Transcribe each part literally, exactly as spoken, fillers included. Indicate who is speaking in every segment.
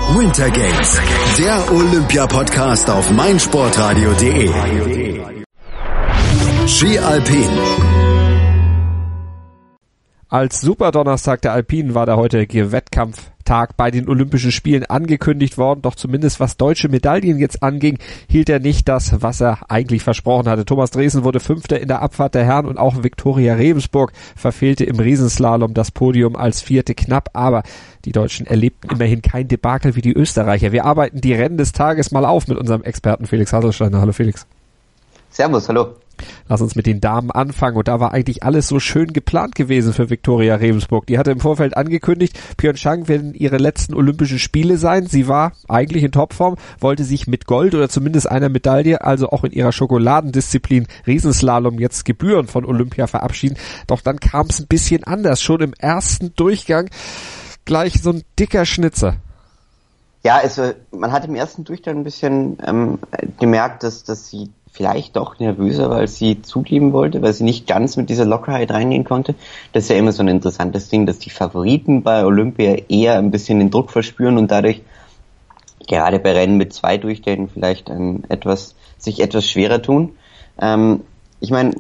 Speaker 1: Winter Games, der Olympia-Podcast auf meinsportradio punkt de. Ski Alpin.
Speaker 2: Als Superdonnerstag der Alpinen war der heutige Wettkampftag bei den Olympischen Spielen angekündigt worden, doch zumindest was deutsche Medaillen jetzt anging, hielt er nicht das, was er eigentlich versprochen hatte. Thomas Dresen wurde Fünfter in der Abfahrt der Herren und auch Viktoria Rebensburg verfehlte im Riesenslalom das Podium als Vierte knapp, aber die Deutschen erlebten immerhin kein Debakel wie die Österreicher. Wir arbeiten die Rennen des Tages mal auf mit unserem Experten Felix Hasselsteiner. Hallo Felix.
Speaker 3: Servus, hallo.
Speaker 2: Lass uns mit den Damen anfangen und da war eigentlich alles so schön geplant gewesen für Viktoria Rebensburg. Die hatte im Vorfeld angekündigt, Pyeongchang werden ihre letzten Olympischen Spiele sein. Sie war eigentlich in Topform, wollte sich mit Gold oder zumindest einer Medaille, also auch in ihrer Schokoladendisziplin Riesenslalom jetzt gebührend von Olympia verabschieden. Doch dann kam es ein bisschen anders. Schon im ersten Durchgang gleich so ein dicker Schnitzer.
Speaker 3: Ja, also man hat im ersten Durchgang ein bisschen ähm, gemerkt, dass, dass sie vielleicht doch nervöser, weil sie zugeben wollte, weil sie nicht ganz mit dieser Lockerheit reingehen konnte. Das ist ja immer so ein interessantes Ding, dass die Favoriten bei Olympia eher ein bisschen den Druck verspüren und dadurch gerade bei Rennen mit zwei Durchgängen vielleicht ähm, etwas sich etwas schwerer tun. Ähm, ich meine,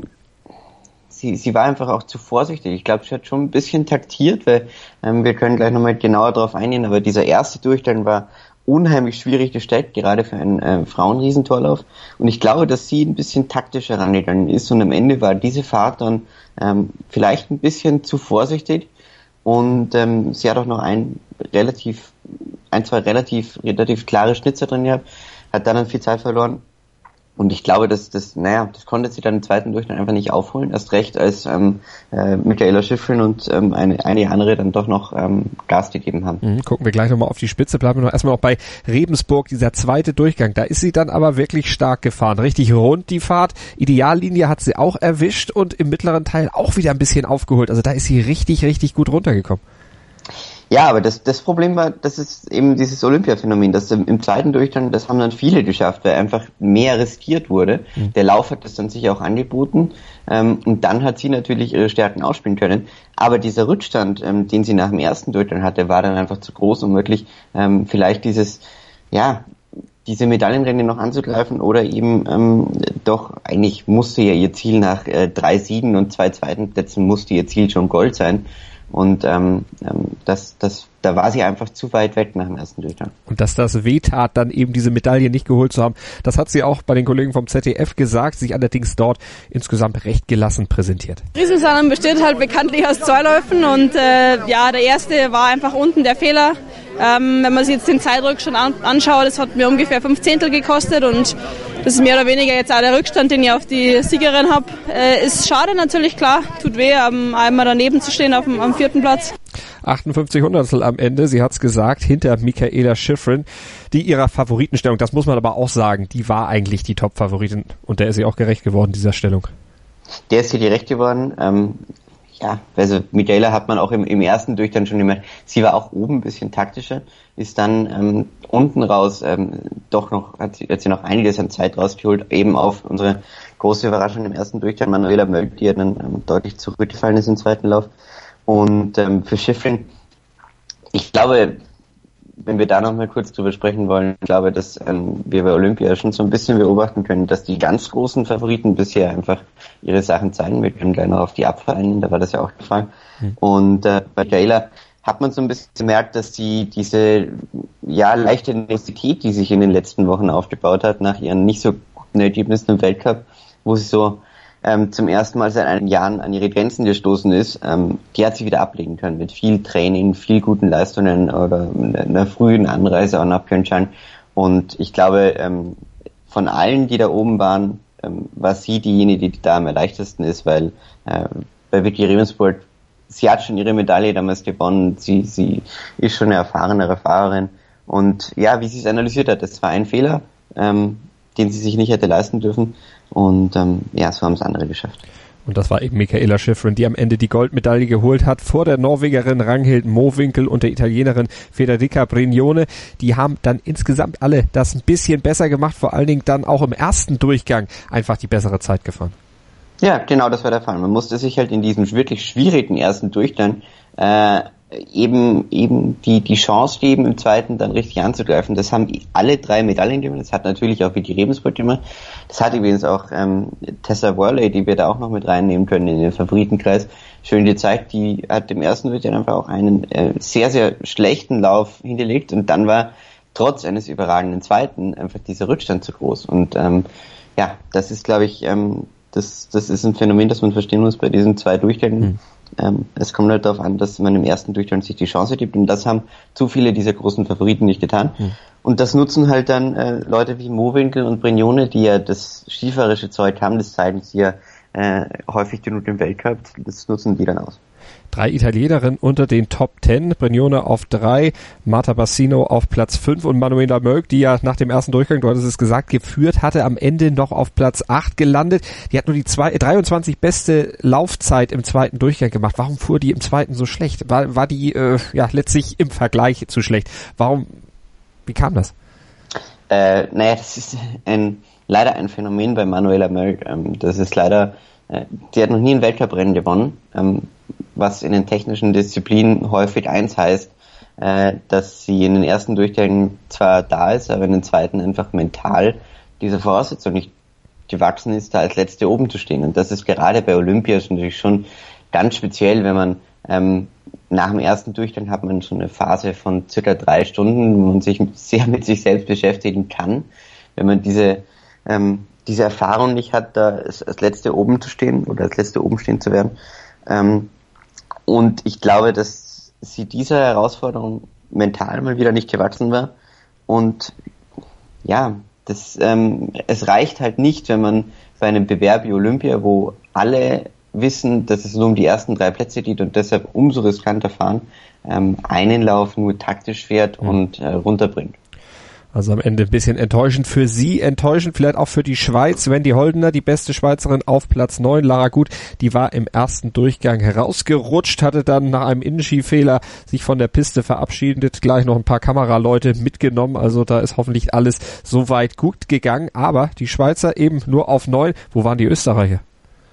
Speaker 3: sie, sie war einfach auch zu vorsichtig. Ich glaube, sie hat schon ein bisschen taktiert, weil ähm, wir können gleich nochmal genauer drauf eingehen, aber dieser erste Durchgang war unheimlich schwierig gestellt, gerade für einen äh, Frauenriesentorlauf. Und ich glaube, dass sie ein bisschen taktischer rangegangen ist und am Ende war diese Fahrt dann ähm, vielleicht ein bisschen zu vorsichtig und ähm, sie hat auch noch ein relativ, ein, zwei relativ, relativ klare Schnitzer drin gehabt, hat dann viel Zeit verloren. Und ich glaube, dass das, naja, das konnte sie dann im zweiten Durchgang einfach nicht aufholen. Erst recht, als ähm, äh, Michaela Shiffrin und ähm, eine, einige andere dann doch noch ähm, Gas gegeben haben.
Speaker 2: Mhm, gucken wir gleich nochmal auf die Spitze. Bleiben wir noch erstmal auch bei Rebensburg, dieser zweite Durchgang. Da ist sie dann aber wirklich stark gefahren. Richtig rund die Fahrt. Ideallinie hat sie auch erwischt und im mittleren Teil auch wieder ein bisschen aufgeholt. Also da ist sie richtig, richtig gut runtergekommen.
Speaker 3: Ja, aber das, das Problem war, das ist eben dieses Olympia-Phänomen, dass im, im zweiten Durchgang, das haben dann viele geschafft, weil einfach mehr riskiert wurde. Mhm. Der Lauf hat das dann sich auch angeboten ähm, und dann hat sie natürlich ihre Stärken ausspielen können. Aber dieser Rückstand, ähm, den sie nach dem ersten Durchgang hatte, war dann einfach zu groß, um wirklich ähm, vielleicht dieses, ja, diese Medaillenrennen noch anzugreifen oder eben ähm, doch, eigentlich musste ja ihr Ziel nach äh, drei Siegen und zwei zweiten Plätzen musste ihr Ziel schon Gold sein. Und ähm, das, das, da war sie einfach zu weit weg nach dem ersten Durchgang.
Speaker 2: Und dass das wehtat, dann eben diese Medaille nicht geholt zu haben, das hat sie auch bei den Kollegen vom Z D F gesagt, sich allerdings dort insgesamt recht gelassen präsentiert.
Speaker 4: Riesenslalom besteht halt bekanntlich aus zwei Läufen und äh, ja, der erste war einfach unten der Fehler. Ähm, wenn man sich jetzt den Zeitdruck schon an, anschaut, das hat mir ungefähr fünf Zehntel gekostet und das ist mehr oder weniger jetzt auch der Rückstand, den ich auf die Siegerin habe. Äh, ist schade natürlich, klar, tut weh, ähm, einmal daneben zu stehen auf dem, am vierten Platz.
Speaker 2: achtundfünfzig Hundertstel am Ende, sie hat's gesagt, hinter Michaela Shiffrin, die ihrer Favoritenstellung, das muss man aber auch sagen, die war eigentlich die Top-Favoritin und der ist sie auch gerecht geworden, dieser Stellung.
Speaker 3: Der ist ihr gerecht geworden, ähm, ja, also Michaela hat man auch im, im ersten Durchgang schon gemerkt, sie war auch oben ein bisschen taktischer, ist dann ähm, unten raus ähm, doch noch, hat sie, hat sie noch einiges an Zeit rausgeholt, eben auf unsere große Überraschung im ersten Durchgang, Manuela Mölk, die ja dann ähm, deutlich zurückgefallen ist im zweiten Lauf. Und ähm, für Shiffrin, ich glaube, wenn wir da noch mal kurz drüber sprechen wollen, ich glaube, dass ähm, wir bei Olympia schon so ein bisschen beobachten können, dass die ganz großen Favoriten bisher einfach ihre Sachen zeigen. Wir können gleich noch auf die Abfahrt eingehen, da war das ja auch gefallen. Mhm. Und äh, bei Michaela hat man so ein bisschen gemerkt, dass sie diese ja leichte Nervosität, die sich in den letzten Wochen aufgebaut hat, nach ihren nicht so guten Ergebnissen im Weltcup, wo sie so ähm, zum ersten Mal seit einigen Jahren an ihre Grenzen gestoßen ist, ähm, die hat sie wieder ablegen können mit viel Training, viel guten Leistungen oder einer frühen Anreise auch nach Pyeongchang. Und ich glaube, ähm, von allen, die da oben waren, ähm, war sie diejenige, die da am leichtesten ist, weil äh, bei Vicky Rebensburg, sie hat schon ihre Medaille damals gewonnen, sie, sie ist schon eine erfahrenere Fahrerin. Und ja, wie sie es analysiert hat, das war ein Fehler, ähm, den sie sich nicht hätte leisten dürfen. Und ähm, ja, so haben es andere geschafft.
Speaker 2: Und das war eben Michaela Shiffrin, die am Ende die Goldmedaille geholt hat, vor der Norwegerin Ragnhild Mowinckel und der Italienerin Federica Brignone. Die haben dann insgesamt alle das ein bisschen besser gemacht, vor allen Dingen dann auch im ersten Durchgang einfach die bessere Zeit gefahren.
Speaker 3: Ja, genau, das war der Fall. Man musste sich halt in diesem wirklich schwierigen ersten Durchgang äh, eben eben die die Chance geben, im zweiten dann richtig anzugreifen. Das haben alle drei Medaillen gemacht. Das hat natürlich auch Vicky Rebensburg gemacht. Das hat übrigens auch ähm, Tessa Worley, die wir da auch noch mit reinnehmen können in den Favoritenkreis, schön gezeigt. Die hat im ersten Durchgang einfach auch einen äh, sehr, sehr schlechten Lauf hingelegt und dann war trotz eines überragenden zweiten einfach dieser Rückstand zu groß. Und ähm, ja, das ist, glaube ich, ähm, das das ist ein Phänomen, das man verstehen muss bei diesen zwei Durchgängen. Mhm. Ähm, es kommt halt darauf an, dass man im ersten Durchgang sich die Chance gibt und das haben zu viele dieser großen Favoriten nicht getan. Mhm. Und das nutzen halt dann äh, Leute wie Mowinkel und Brignone, die ja das skifahrerische Zeug haben, das zeigen sie ja äh, häufig genug im Weltcup, das nutzen die dann aus.
Speaker 2: Drei Italienerinnen unter den Top Ten, Brignone auf drei, Marta Bassino auf Platz fünf und Manuela Mölk, die ja nach dem ersten Durchgang, du hattest es gesagt, geführt hatte, am Ende noch auf Platz acht gelandet. Die hat nur die zwei, dreiundzwanzig beste Laufzeit im zweiten Durchgang gemacht. Warum fuhr die im zweiten so schlecht? War, war die äh, ja letztlich im Vergleich zu schlecht? Warum, wie kam das?
Speaker 3: Äh, naja, das ist ein leider ein Phänomen bei Manuela Mölk. Ähm, das ist leider, äh, die hat noch nie ein Weltcuprennen gewonnen. Ähm, was in den technischen Disziplinen häufig eins heißt, äh, dass sie in den ersten Durchgängen zwar da ist, aber in den zweiten einfach mental dieser Voraussetzung nicht gewachsen ist, da als Letzte oben zu stehen. Und das ist gerade bei Olympia natürlich schon ganz speziell, wenn man ähm, nach dem ersten Durchgang hat man schon eine Phase von circa drei Stunden, wo man sich sehr mit sich selbst beschäftigen kann. Wenn man diese ähm, diese Erfahrung nicht hat, da als, als Letzte oben zu stehen oder als Letzte oben stehen zu werden. Ähm, Und ich glaube, dass sie dieser Herausforderung mental mal wieder nicht gewachsen war. Und ja, das, ähm, es reicht halt nicht, wenn man bei einem Bewerb wie Olympia, wo alle wissen, dass es nur um die ersten drei Plätze geht und deshalb umso riskanter fahren, ähm, einen Lauf nur taktisch fährt mhm. und äh, runterbringt.
Speaker 2: Also am Ende ein bisschen enttäuschend für sie, enttäuschend vielleicht auch für die Schweiz. Wendy Holdener, die beste Schweizerin, auf Platz neun. Lara Gut, die war im ersten Durchgang herausgerutscht, hatte dann nach einem Innenskifehler sich von der Piste verabschiedet, gleich noch ein paar Kameraleute mitgenommen. Also da ist hoffentlich alles soweit gut gegangen. Aber die Schweizer eben nur auf neun. Wo waren die Österreicher?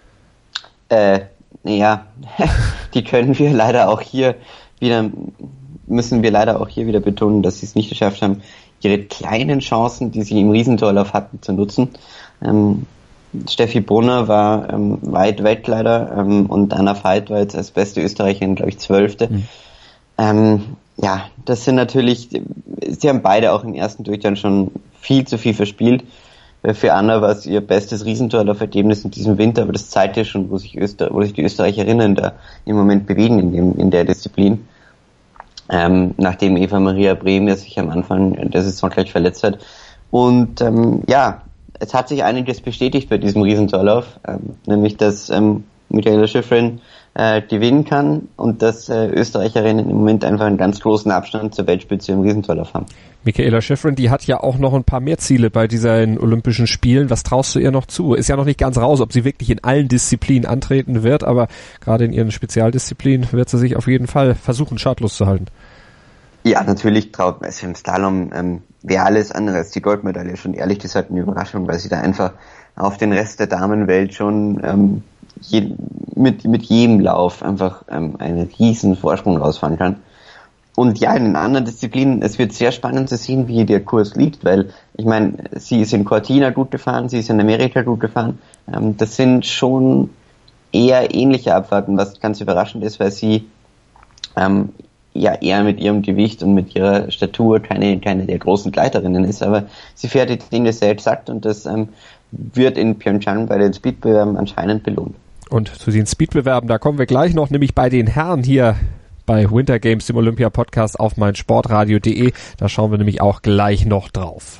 Speaker 3: Äh, ja, die können wir leider auch hier wieder, müssen wir leider auch hier wieder betonen, dass sie es nicht geschafft haben, ihre kleinen Chancen, die sie im Riesentorlauf hatten, zu nutzen. Ähm, Steffi Brunner war ähm, weit weg leider ähm, und Anna Veit war jetzt als beste Österreicherin, glaube ich, Zwölfte. Mhm. Ähm, ja, das sind natürlich, sie haben beide auch im ersten Durchgang schon viel zu viel verspielt. Für Anna war es ihr bestes Riesentorlaufergebnis in diesem Winter, aber das zeigt ja schon, wo sich, Öster- wo sich die Österreicherinnen da im Moment bewegen in, dem, in der Disziplin. Ähm, nachdem Eva Maria Brehm ja sich am Anfang der Saison gleich verletzt hat. Und ähm, ja, es hat sich einiges bestätigt bei diesem Riesentorlauf, ähm, nämlich dass ähm, Michaela Shiffrin äh, gewinnen kann und dass äh, Österreicherinnen im Moment einfach einen ganz großen Abstand zur Weltspitze im Riesentorlauf haben.
Speaker 2: Michaela Shiffrin, die hat ja auch noch ein paar mehr Ziele bei diesen Olympischen Spielen. Was traust du ihr noch zu? Ist ja noch nicht ganz raus, ob sie wirklich in allen Disziplinen antreten wird, aber gerade in ihren Spezialdisziplinen wird sie sich auf jeden Fall versuchen, schadlos zu halten.
Speaker 3: Ja, natürlich traut man es im Slalom, ähm, wäre alles andere als die Goldmedaille schon ehrlich gesagt eine Überraschung, weil sie da einfach auf den Rest der Damenwelt schon ähm, je, mit, mit jedem Lauf einfach ähm, einen riesen Vorsprung rausfahren kann. Und ja, in den anderen Disziplinen, es wird sehr spannend zu sehen, wie der Kurs liegt, weil ich meine, sie ist in Cortina gut gefahren, sie ist in Amerika gut gefahren. Ähm, das sind schon eher ähnliche Abfahrten, was ganz überraschend ist, weil sie ähm, ja eher mit ihrem Gewicht und mit ihrer Statur keine keine der großen Gleiterinnen ist, aber sie fährt die Dinge sehr exakt und das ähm, wird in Pyeongchang bei den Speedbewerben anscheinend belohnt.
Speaker 2: Und zu den Speedbewerben, da kommen wir gleich noch, nämlich bei den Herren hier bei Winter Games, dem Olympia-Podcast auf meinsportradio punkt de. Da schauen wir nämlich auch gleich noch drauf.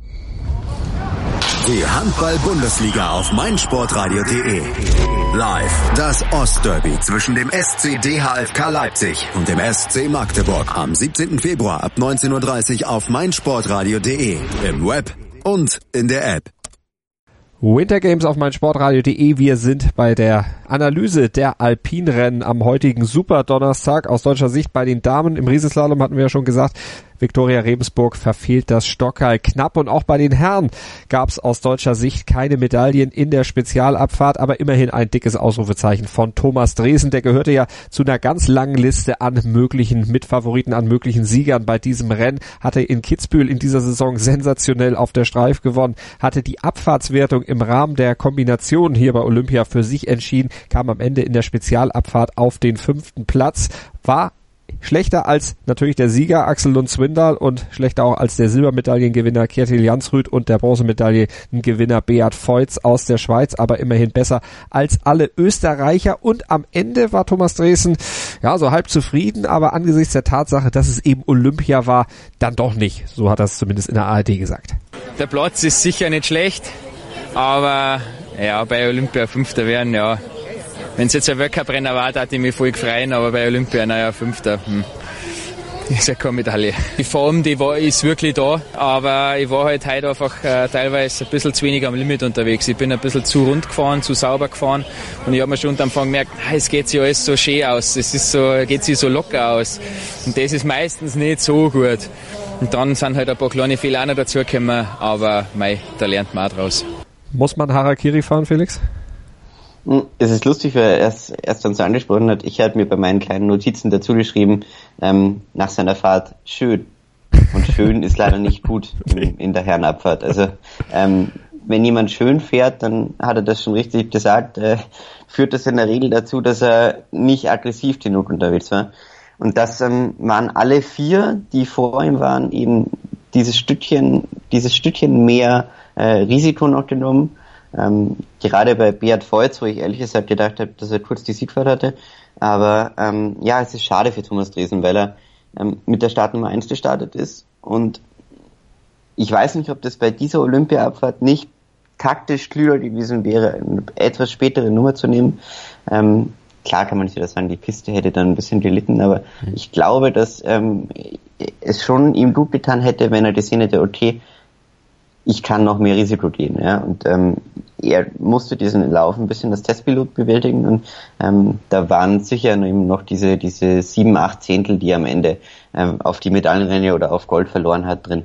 Speaker 1: Die Handball-Bundesliga auf meinsportradio punkt de. Live das Ostderby zwischen dem S C D H F K Leipzig und dem S C Magdeburg am siebzehnten Februar ab neunzehn Uhr dreißig auf meinsportradio punkt de, im Web und in der App.
Speaker 2: Winter Games auf meinsportradio punkt de. Wir sind bei der Analyse der Alpinrennen am heutigen Superdonnerstag aus deutscher Sicht bei den Damen. Im Riesenslalom hatten wir ja schon gesagt, Viktoria Rebensburg verfehlt das Stockheil knapp und auch bei den Herren gab es aus deutscher Sicht keine Medaillen in der Spezialabfahrt, aber immerhin ein dickes Ausrufezeichen von Thomas Dresen. Der gehörte ja zu einer ganz langen Liste an möglichen Mitfavoriten, an möglichen Siegern bei diesem Rennen, hatte in Kitzbühel in dieser Saison sensationell auf der Streif gewonnen, hatte die Abfahrtswertung im Rahmen der Kombination hier bei Olympia für sich entschieden, kam am Ende in der Spezialabfahrt auf den fünften Platz, war schlechter als natürlich der Sieger Axel Lund-Swindal und schlechter auch als der Silbermedaillengewinner Kjetil Jansrud und der Bronzemedaillengewinner Beat Feuz aus der Schweiz, aber immerhin besser als alle Österreicher. Und am Ende war Thomas Dresen ja so halb zufrieden, aber angesichts der Tatsache, dass es eben Olympia war, dann doch nicht. So hat er es zumindest in der A R D gesagt.
Speaker 5: Der Platz ist sicher nicht schlecht, aber ja, bei Olympia Fünfter werden, ja. Wenn es jetzt ein Weltcup-Renner war, da hätte ich mich voll gefreut, aber bei Olympia, naja, Fünfter, hm. ist ja keine Medaille. Die Form, die war, ist wirklich da, aber ich war halt heute einfach äh, teilweise ein bisschen zu wenig am Limit unterwegs. Ich bin ein bisschen zu rund gefahren, zu sauber gefahren und ich habe mir schon am Anfang gemerkt, ah, es geht sich alles so schön aus, es ist so, geht sich so locker aus und das ist meistens nicht so gut. Und dann sind halt ein paar kleine Fehler auch noch dazugekommen, aber mei, da lernt man auch draus.
Speaker 2: Muss man Harakiri fahren, Felix?
Speaker 3: Es ist lustig, weil er erst, erst dann so angesprochen hat. Ich hatte mir bei meinen kleinen Notizen dazu geschrieben, ähm, nach seiner Fahrt schön. Und schön ist leider nicht gut in, in der Herrenabfahrt. Also ähm, wenn jemand schön fährt, dann hat er das schon richtig gesagt, äh, führt das in der Regel dazu, dass er nicht aggressiv genug unterwegs war. Und das ähm, waren alle vier, die vor ihm waren, eben dieses Stückchen, dieses Stückchen mehr äh, Risiko noch genommen. Ähm, gerade bei Beat Feuz, wo ich ehrlich gesagt gedacht habe, dass er kurz die Siegfahrt hatte. Aber ähm, ja, es ist schade für Thomas Dresen, weil er ähm, mit der Startnummer eins gestartet ist. Und ich weiß nicht, ob das bei dieser Olympia-Abfahrt nicht taktisch klüger gewesen wäre, eine etwas spätere Nummer zu nehmen. Ähm, klar kann man nicht wieder sagen, die Piste hätte dann ein bisschen gelitten, aber mhm. ich glaube, dass ähm, es schon ihm gut getan hätte, wenn er gesehen hätte, okay, ich kann noch mehr Risiko gehen, ja, und ähm, er musste diesen Lauf ein bisschen als Testpilot bewältigen und ähm, da waren sicher eben noch diese diese sieben, acht Zehntel, die er am Ende ähm, auf die Medaillenränge oder auf Gold verloren hat, drin.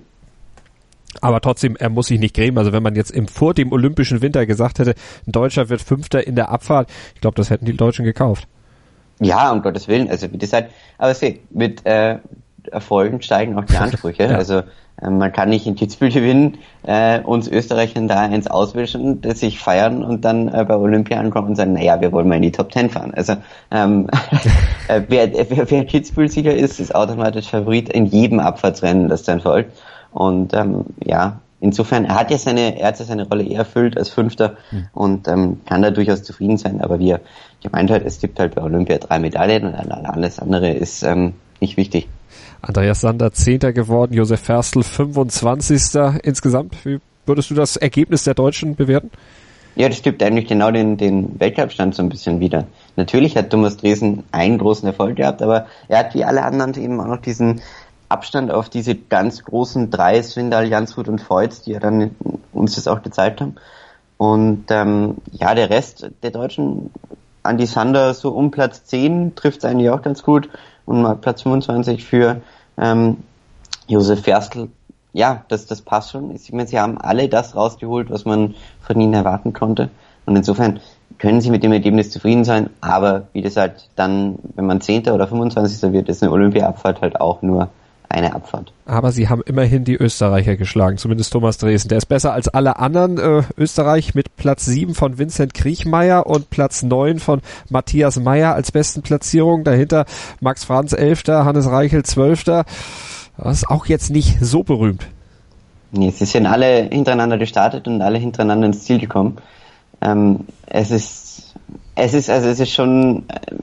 Speaker 2: Aber trotzdem, er muss sich nicht grämen. Also wenn man jetzt im vor dem Olympischen Winter gesagt hätte, ein Deutscher wird Fünfter in der Abfahrt, ich glaube, das hätten die Deutschen gekauft.
Speaker 3: Ja, um Gottes Willen, also wie gesagt, aber seh, mit äh, Erfolgen steigen auch die Ansprüche, ja. Also man kann nicht in Kitzbühel gewinnen, äh, uns Österreichern da eins auswischen, das sich feiern und dann äh, bei Olympia ankommen und sagen, naja, wir wollen mal in die Top Ten fahren. Also ähm, äh, wer, wer, wer Kitzbühel-Sieger ist, ist automatisch Favorit in jedem Abfahrtsrennen, das dann folgt. Und ähm, ja, insofern, er hat ja seine, er hat ja seine Rolle eher erfüllt als Fünfter mhm. und ähm, kann da durchaus zufrieden sein, aber wie er gemeint hat, es gibt halt bei Olympia drei Medaillen und alles andere ist ähm, nicht wichtig.
Speaker 2: Andreas Sander Zehnter geworden, Josef Ferstl fünfundzwanzigster Insgesamt. Wie würdest du das Ergebnis der Deutschen bewerten?
Speaker 3: Ja, das stimmt eigentlich genau den, den Weltcup-Stand so ein bisschen wieder. Natürlich hat Thomas Dresen einen großen Erfolg gehabt, aber er hat wie alle anderen eben auch noch diesen Abstand auf diese ganz großen drei, Swindal, Jansrud und Feuz, die ja dann uns das auch gezeigt haben. Und ähm, ja, der Rest der Deutschen, Andi Sander so um Platz zehn, trifft es eigentlich auch ganz gut. Und mal Platz fünfundzwanzig für ähm, Josef Ferstl. Ja, das, das passt schon. Ich meine, sie haben alle das rausgeholt, was man von ihnen erwarten konnte. Und insofern können sie mit dem Ergebnis zufrieden sein. Aber wie gesagt, dann, wenn man Zehnter oder fünfundzwanzigster wird, ist eine Olympia-Abfahrt halt auch nur eine Abfahrt.
Speaker 2: Aber sie haben immerhin die Österreicher geschlagen, zumindest Thomas Dresen. Der ist besser als alle anderen. Äh, Österreich mit Platz sieben von Vincent Kriechmeier und Platz neun von Matthias Meyer als besten Platzierung. Dahinter Max Franz elfter, Hannes Reichel zwölfter. Das ist auch jetzt nicht so berühmt.
Speaker 3: Nee, sie sind alle hintereinander gestartet und alle hintereinander ins Ziel gekommen. Ähm, es ist, es ist, also es ist schon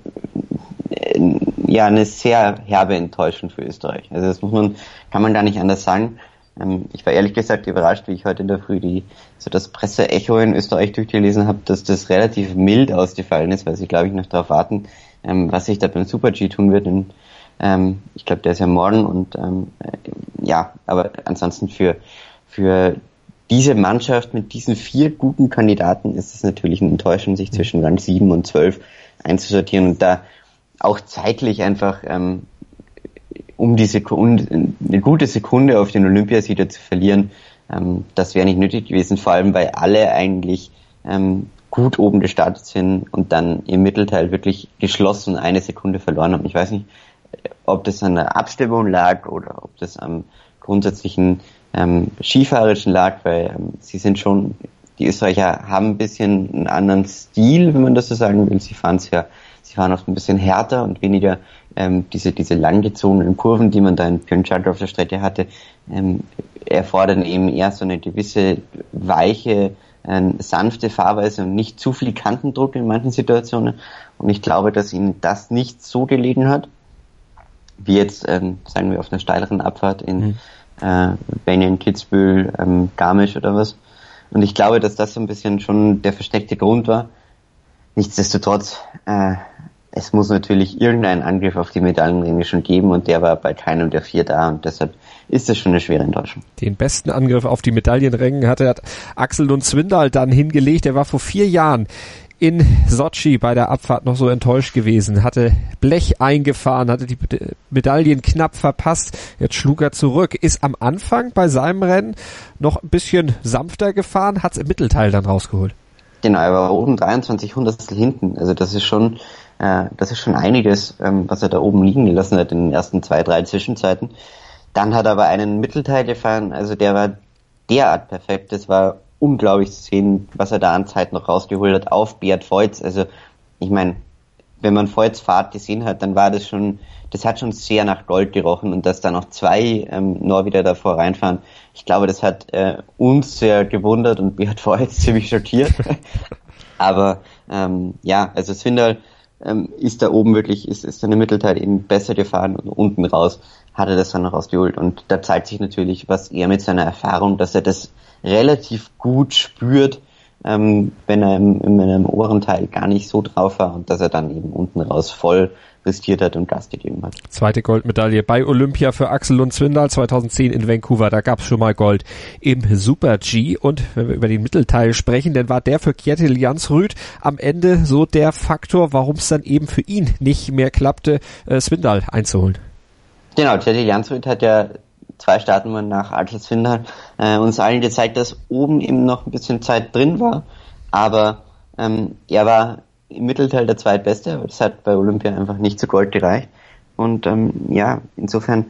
Speaker 3: äh, ja eine sehr herbe Enttäuschung für Österreich. Also das muss man, kann man gar nicht anders sagen. Ähm, ich war ehrlich gesagt überrascht, wie ich heute in der Früh die so das Presseecho in Österreich durchgelesen habe, dass das relativ mild ausgefallen ist, weil sie, glaube ich, noch darauf warten, ähm, was sich da beim Super-G tun wird. Und, ähm, ich glaube, der ist ja morgen und ähm, äh, ja, aber ansonsten für für diese Mannschaft mit diesen vier guten Kandidaten ist es natürlich eine Enttäuschung, sich zwischen Rang sieben und zwölf einzusortieren und da auch zeitlich einfach ähm, um die Sekunde, eine gute Sekunde auf den Olympiasieger zu verlieren, ähm, das wäre nicht nötig gewesen, vor allem weil alle eigentlich ähm, gut oben gestartet sind und dann im Mittelteil wirklich geschlossen eine Sekunde verloren haben. Ich weiß nicht, ob das an der Abstimmung lag oder ob das am grundsätzlichen ähm, Skifahrerischen lag, weil ähm, sie sind schon, die Österreicher haben ein bisschen einen anderen Stil, wenn man das so sagen will. Sie fahren sehr, sie fahren auch ein bisschen härter und weniger ähm, diese diese langgezogenen Kurven, die man da in Pyeongchang auf der Strecke hatte, ähm, erfordern eben eher so eine gewisse weiche, äh, sanfte Fahrweise und nicht zu viel Kantendruck in manchen Situationen. Und ich glaube, dass ihnen das nicht so gelegen hat, wie jetzt, ähm, sagen wir, auf einer steileren Abfahrt in mhm. äh, Benjen, Kitzbühel, ähm, Garmisch oder was. Und ich glaube, dass das so ein bisschen schon der versteckte Grund war. Nichtsdestotrotz, äh, es muss natürlich irgendeinen Angriff auf die Medaillenränge schon geben und der war bei keinem der vier da und deshalb ist das schon eine schwere Enttäuschung.
Speaker 2: Den besten Angriff auf die Medaillenränge hatte hat Axel Lund Svindal dann hingelegt. Er war vor vier Jahren in Sotschi bei der Abfahrt noch so enttäuscht gewesen, hatte Blech eingefahren, hatte die Medaillen knapp verpasst, jetzt schlug er zurück, ist am Anfang bei seinem Rennen noch ein bisschen sanfter gefahren, hat es im Mittelteil dann rausgeholt.
Speaker 3: Genau, er war oben dreiundzwanzig Hundertstel hinten, also das ist schon äh, das ist schon einiges, ähm, was er da oben liegen gelassen hat in den ersten zwei, drei Zwischenzeiten. Dann hat er aber einen Mittelteil gefahren, also der war derart perfekt, das war unglaublich zu sehen, was er da an Zeit noch rausgeholt hat auf Beat Feuz. Also ich meine, wenn man Feuz Fahrt gesehen hat, dann war das schon, das hat schon sehr nach Gold gerochen und dass da noch zwei ähm, Norweger davor reinfahren, ich glaube, das hat äh, uns sehr gewundert und Beat Feuz ziemlich schockiert. Aber ähm, ja, also Svindal ähm, ist da oben wirklich, ist, ist dann im Mittelteil eben besser gefahren und unten raus hat er das dann noch rausgeholt und da zeigt sich natürlich, was er mit seiner Erfahrung, dass er das relativ gut spürt, ähm, wenn er im, in einem oberen Teil gar nicht so drauf war und dass er dann eben unten raus voll riskiert hat und Gas gegeben hat.
Speaker 2: Zweite Goldmedaille bei Olympia für Axel Lund Svindal zweitausendzehn in Vancouver, da gab es schon mal Gold im Super-G und wenn wir über den Mittelteil sprechen, dann war der für Kjetil Jansrud am Ende so der Faktor, warum es dann eben für ihn nicht mehr klappte, äh, Svindal einzuholen.
Speaker 3: Genau, Kjetil Jansrud hat ja zwei Startnummern nach Axel Svindal äh, uns allen gezeigt, dass oben eben noch ein bisschen Zeit drin war, aber ähm, er war im Mittelteil der Zweitbeste, aber das hat bei Olympia einfach nicht zu Gold gereicht und ähm, ja, insofern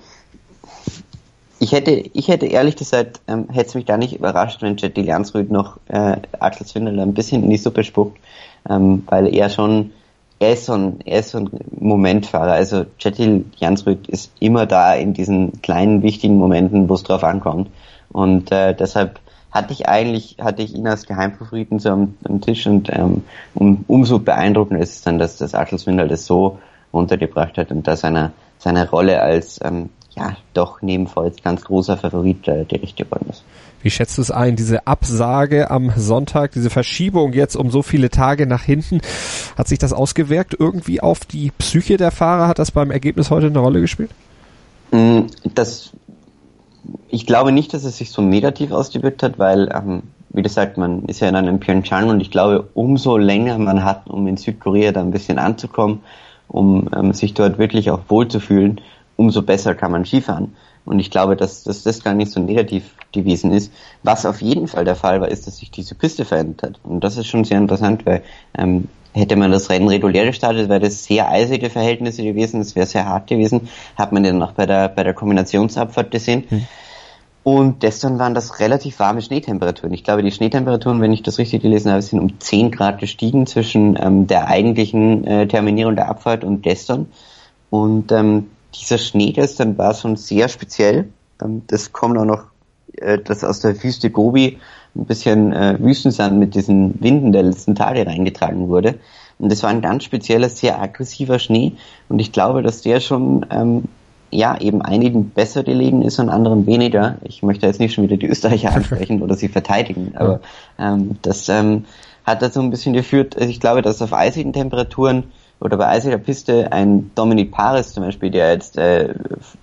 Speaker 3: ich hätte ich hätte ehrlich gesagt, ähm, hätte es mich gar nicht überrascht, wenn Kjetil Jansrud noch äh, Axel Svindal ein bisschen in die Suppe spuckt, ähm, weil er schon Er ist so ein, er ist so ein Momentfahrer. Also Kjetil Jansrud ist immer da in diesen kleinen, wichtigen Momenten, wo es drauf ankommt. Und äh, deshalb hatte ich eigentlich, hatte ich ihn als Geheimfavoriten so am, am Tisch und ähm, um, umso beeindruckender ist es dann, dass das Axel Svindal das so runtergebracht hat und dass seine, seine Rolle als ähm, ja doch neben Feuz ganz großer Favorit äh, gerecht geworden ist.
Speaker 2: Wie schätzt du es ein, diese Absage am Sonntag, diese Verschiebung jetzt um so viele Tage nach hinten, hat sich das ausgewirkt irgendwie auf die Psyche der Fahrer? Hat das beim Ergebnis heute eine Rolle gespielt?
Speaker 3: Das, ich glaube nicht, dass es sich so negativ ausgewirkt hat, weil, ähm, wie gesagt, man ist ja in einem Pyeongchang und ich glaube, umso länger man hat, um in Südkorea da ein bisschen anzukommen, um ähm, sich dort wirklich auch wohlzufühlen, umso besser kann man Skifahren. Und ich glaube, dass, dass das gar nicht so negativ gewesen ist. Was auf jeden Fall der Fall war, ist, dass sich diese Piste verändert hat. Und das ist schon sehr interessant, weil ähm, hätte man das Rennen regulär gestartet, wäre das sehr eisige Verhältnisse gewesen, das wäre sehr hart gewesen. Hat man dann auch bei der bei der Kombinationsabfahrt gesehen. Hm. Und gestern waren das relativ warme Schneetemperaturen. Ich glaube, die Schneetemperaturen, wenn ich das richtig gelesen habe, sind um zehn Grad gestiegen zwischen ähm, der eigentlichen äh, Terminierung der Abfahrt und gestern. Und ähm, dieser Schnee gestern war schon sehr speziell. Das kommt auch noch, das aus der Wüste Gobi ein bisschen Wüstensand mit diesen Winden der letzten Tage reingetragen wurde. Und das war ein ganz spezieller, sehr aggressiver Schnee. Und ich glaube, dass der schon, ähm, ja, eben einigen besser gelegen ist und anderen weniger. Ich möchte jetzt nicht schon wieder die Österreicher ansprechen oder sie verteidigen, aber ähm, das ähm, hat dazu ein bisschen geführt. Also ich glaube, dass auf eisigen Temperaturen oder bei eisiger Piste ein Dominic Paris zum Beispiel, der jetzt äh,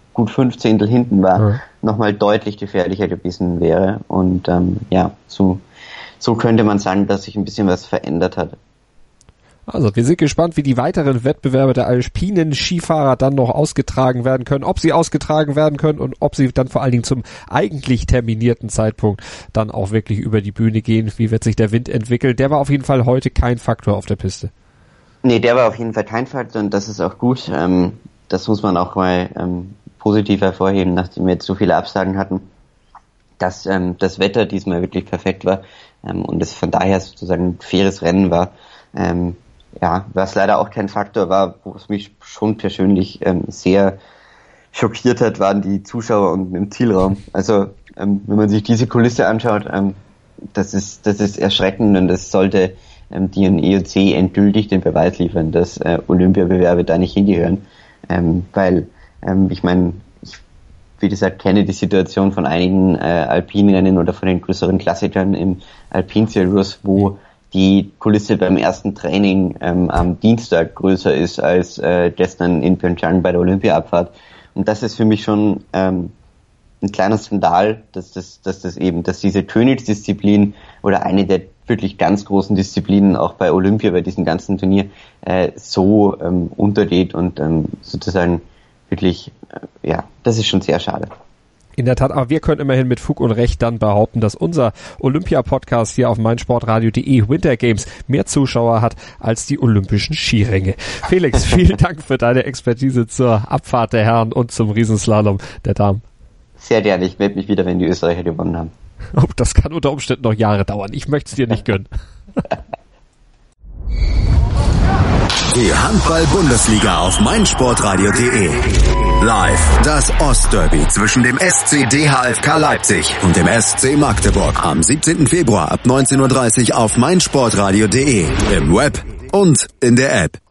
Speaker 3: gut fünf Zehntel hinten war, mhm. nochmal deutlich gefährlicher gewesen wäre. Und ähm, ja, so, so könnte man sagen, dass sich ein bisschen was verändert hat.
Speaker 2: Also wir sind gespannt, wie die weiteren Wettbewerbe der alpinen Skifahrer dann noch ausgetragen werden können, ob sie ausgetragen werden können und ob sie dann vor allen Dingen zum eigentlich terminierten Zeitpunkt dann auch wirklich über die Bühne gehen. Wie wird sich der Wind entwickeln? Der war auf jeden Fall heute kein Faktor auf der Piste.
Speaker 3: Nee, der war auf jeden Fall kein Faktor und das ist auch gut. Ähm, das muss man auch mal ähm, positiv hervorheben, nachdem wir jetzt so viele Absagen hatten, dass ähm, das Wetter diesmal wirklich perfekt war ähm, und es von daher sozusagen ein faires Rennen war. Ähm, Ja, was leider auch kein Faktor war, wo es mich schon persönlich ähm, sehr schockiert hat, waren die Zuschauer unten im Zielraum. Also ähm, wenn man sich diese Kulisse anschaut, ähm, das ist das ist erschreckend und das sollte ähm, die E O C endgültig den Beweis liefern, dass äh, Olympiabewerbe da nicht hingehören. Ähm, weil ähm, ich meine, ich wie gesagt kenne die Situation von einigen äh, Alpinrennen oder von den größeren Klassikern im Alpinzirkus, wo die Kulisse beim ersten Training ähm, am Dienstag größer ist als äh, gestern in Pyeongchang bei der Olympiaabfahrt. Und das ist für mich schon ähm, ein kleiner Skandal, dass das, dass das eben, dass diese Königsdisziplin oder eine der wirklich ganz großen Disziplinen auch bei Olympia, bei diesem ganzen Turnier, äh, so ähm, untergeht und ähm, sozusagen wirklich, äh, ja, das ist schon sehr schade.
Speaker 2: In der Tat, aber wir können immerhin mit Fug und Recht dann behaupten, dass unser Olympia-Podcast hier auf meinsportradio punkt de Winter Games mehr Zuschauer hat als die olympischen Skiränge. Felix, vielen Dank für deine Expertise zur Abfahrt der Herren und zum Riesenslalom der Damen.
Speaker 3: Sehr gerne, ich melde mich wieder, wenn die Österreicher gewonnen haben.
Speaker 2: Oh, das kann unter Umständen noch Jahre dauern. Ich möchte es dir nicht gönnen.
Speaker 1: Die Handball-Bundesliga auf meinsportradio punkt de. Live das Ostderby zwischen dem S C D H F K Leipzig und dem S C Magdeburg am siebzehnten Februar ab neunzehn Uhr dreißig auf meinsportradio punkt de, im Web und in der App.